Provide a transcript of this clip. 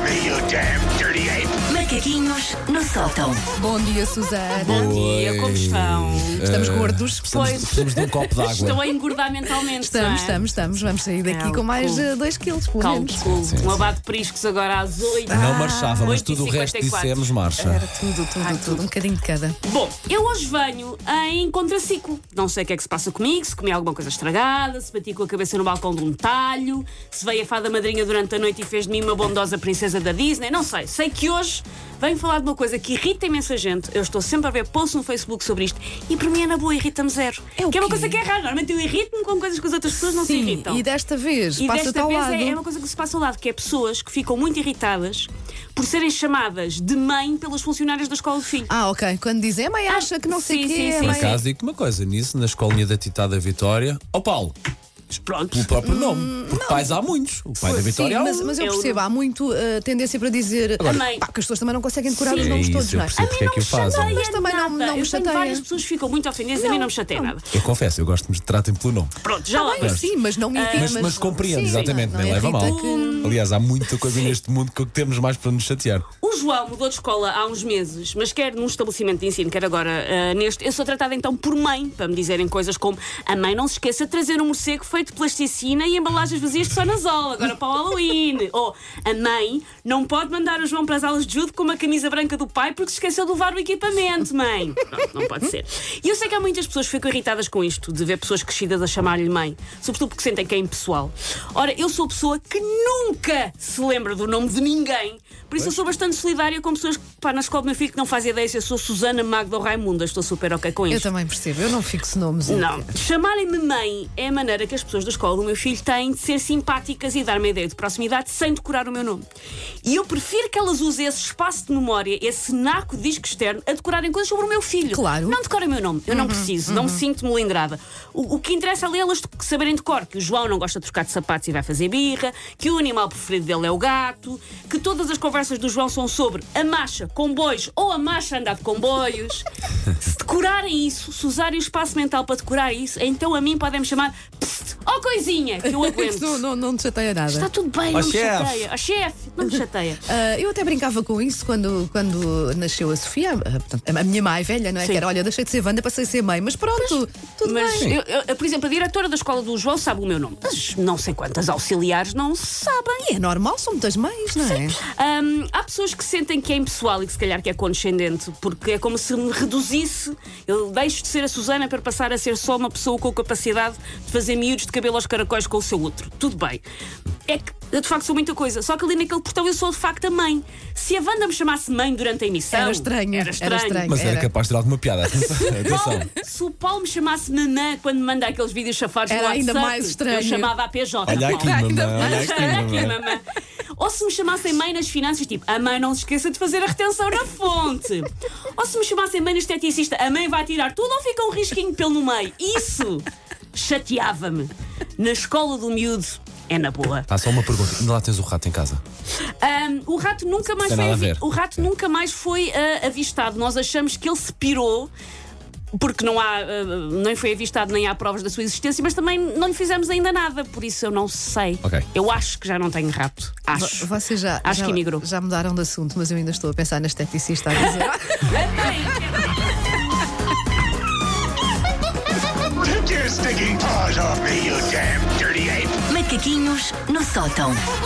me, you damn dirty ape! Macaquinhos no sótão. Bom dia, Susana. Bom dia, como estão? Estamos gordos. Precisamos de um copo de Estou água. a engordar mentalmente. Estamos. Vamos sair daqui Calculo. com mais 2 quilos, pelo menos. Cálculo. Um abate de priscos agora às 8. Não marchava, mas tudo o resto 8h54. dissemos marcha. Era tudo. Um bocadinho de cada. Bom, eu hoje venho em contraciclo. Não sei o que é que se passa comigo, se comi alguma coisa estragada, se bati com a cabeça no balcão de um talho, se veio a fada madrinha durante a noite e fez de mim uma bondosa princesa da Disney, não sei. Sei que hoje venho falar de uma coisa que irrita imensa gente. Eu estou sempre a ver posts no Facebook sobre isto e para mim é na boa, irrita-me zero. É o que é uma quê? coisa que é rara. Normalmente eu irrito-me com coisas que as outras pessoas não se Sim, irritam. e desta vez E passa-te desta ao vez lado. é uma coisa que se passa ao lado, que é pessoas que ficam muito irritadas por serem chamadas de mãe pelas funcionárias da escola do filho. Ah, ok. Quando dizem, a mãe acha que não sei o sim, quê. sim, a sim. mãe- Por acaso, digo-te uma coisa: nisso, na escolinha da Titada Vitória, ó Paulo, Pronto. pelo próprio nome. Porque pais há muitos. O pai da Sim, Vitória há um. mas eu Eu percebo, há muito tendência para dizer A mãe. pá, que as pessoas também não conseguem decorar Sim. os É nomes isso, todos, eu não é? percebo porque é que o fazem. Mas também não me Eu tenho chateia. várias pessoas que ficam muito ofendidas, a mim não me chateia nada. Eu confesso, eu gosto que me tratem pelo nome. Pronto, já Tá lá bem, vamos. sim, mas não me irrita. Mas compreendo, sim, exatamente, não nem leva irrita mal. que- Aliás, há muita coisa neste mundo que temos mais para nos chatear. O João mudou de escola há uns meses, mas quer num estabelecimento de ensino, quer agora neste. Eu sou tratada então por mãe, para me dizerem coisas como: a mãe não se esqueça de trazer um morcego feito de plasticina e embalagens vazias de sonazol, agora para o Halloween. Ou a mãe não pode mandar o João para as aulas de judo com uma camisa branca do pai porque se esqueceu de levar o equipamento, mãe. Pronto, não pode ser. E eu sei que há muitas pessoas que ficam irritadas com isto, de ver pessoas crescidas a chamar-lhe mãe, sobretudo porque sentem que é impessoal. Ora, eu sou a pessoa que nunca se lembra do nome de ninguém. Por isso eu sou bastante solidária com pessoas que, pá, na escola do meu filho que não fazem ideia se eu sou Susana, Magda ou Raimunda. Estou super ok com Eu isto. também percebo, eu não fixo nomes. Não. Chamarem-me mãe é a maneira que as pessoas da escola do meu filho têm de ser simpáticas e dar-me a ideia de proximidade sem decorar o meu nome. E eu prefiro que elas usem esse espaço de memória, esse naco de disco externo, a decorarem coisas sobre o meu filho. Claro. Não decorem o meu nome. Eu não preciso. Não me sinto melindrada. O que interessa ali é elas saberem de cor que o João não gosta de trocar de sapatos e vai fazer birra, que o animal preferido dele é o gato, que todas as conversas do João são sobre a marcha, comboios ou a marcha andar de comboios. Se decorarem isso, se usarem o espaço mental para decorar isso, então a mim podem me chamar psst, ó coisinha, que eu aguento. Não te chateia nada. Está tudo bem, Ó, não me chefe. chateia. Ó chefe, não me chateia. Eu até brincava com isso quando nasceu a Sofia, portanto, a minha mais velha, não é? Sim. Que era, olha, eu deixei de ser Wanda, passei a ser mãe, mas pronto, tudo Mas, bem. por exemplo, a diretora da escola do João sabe o meu nome. Mas não sei quantas auxiliares não sabem. E é normal, são muitas mães, não é? Há pessoas que sentem que é impessoal e que se calhar que é condescendente, porque é como se me reduzisse. Eu deixo de ser a Susana para passar a ser só uma pessoa com a capacidade de fazer miúdos de cabelo aos caracóis com o seu outro. Tudo bem. É que eu de facto sou muita coisa. Só que ali naquele portão eu sou de facto a mãe. Se a Wanda me chamasse mãe durante a emissão. Era estranho. Era estranho. Mas era Era. capaz de ter alguma piada. Atenção. Paulo, se o Paulo me chamasse mamã quando me manda aqueles vídeos chafados no Era WhatsApp, ainda mais estranho. eu chamava a PJ. Olha aqui, Paulo. mamãe. Olha aqui, Aqui, mamãe. mamã. Ou se me chamassem mãe nas finanças, tipo, a mãe não se esqueça de fazer a retenção na fonte. Ou se me chamassem mãe no esteticista, a mãe vai tirar tudo ou fica um risquinho de pelo no meio. Isso chateava-me. Na escola do miúdo é na boa. Há só uma pergunta: ainda lá tens o rato em casa? O rato nunca mais Tem foi nada a ver. o rato nunca mais foi avistado. Nós achamos que ele se pirou. Porque não há, nem foi avistado, nem há provas da sua existência, mas também não lhe fizemos ainda nada, por isso eu não sei. Ok. Eu acho que já não tenho rato. Acho. Vocês Acho que emigrou. já mudaram de assunto, mas eu ainda estou a pensar na esteticista a dizer. Take your stinking paws off me, you damn dirty ape! Macaquinhos no sótão.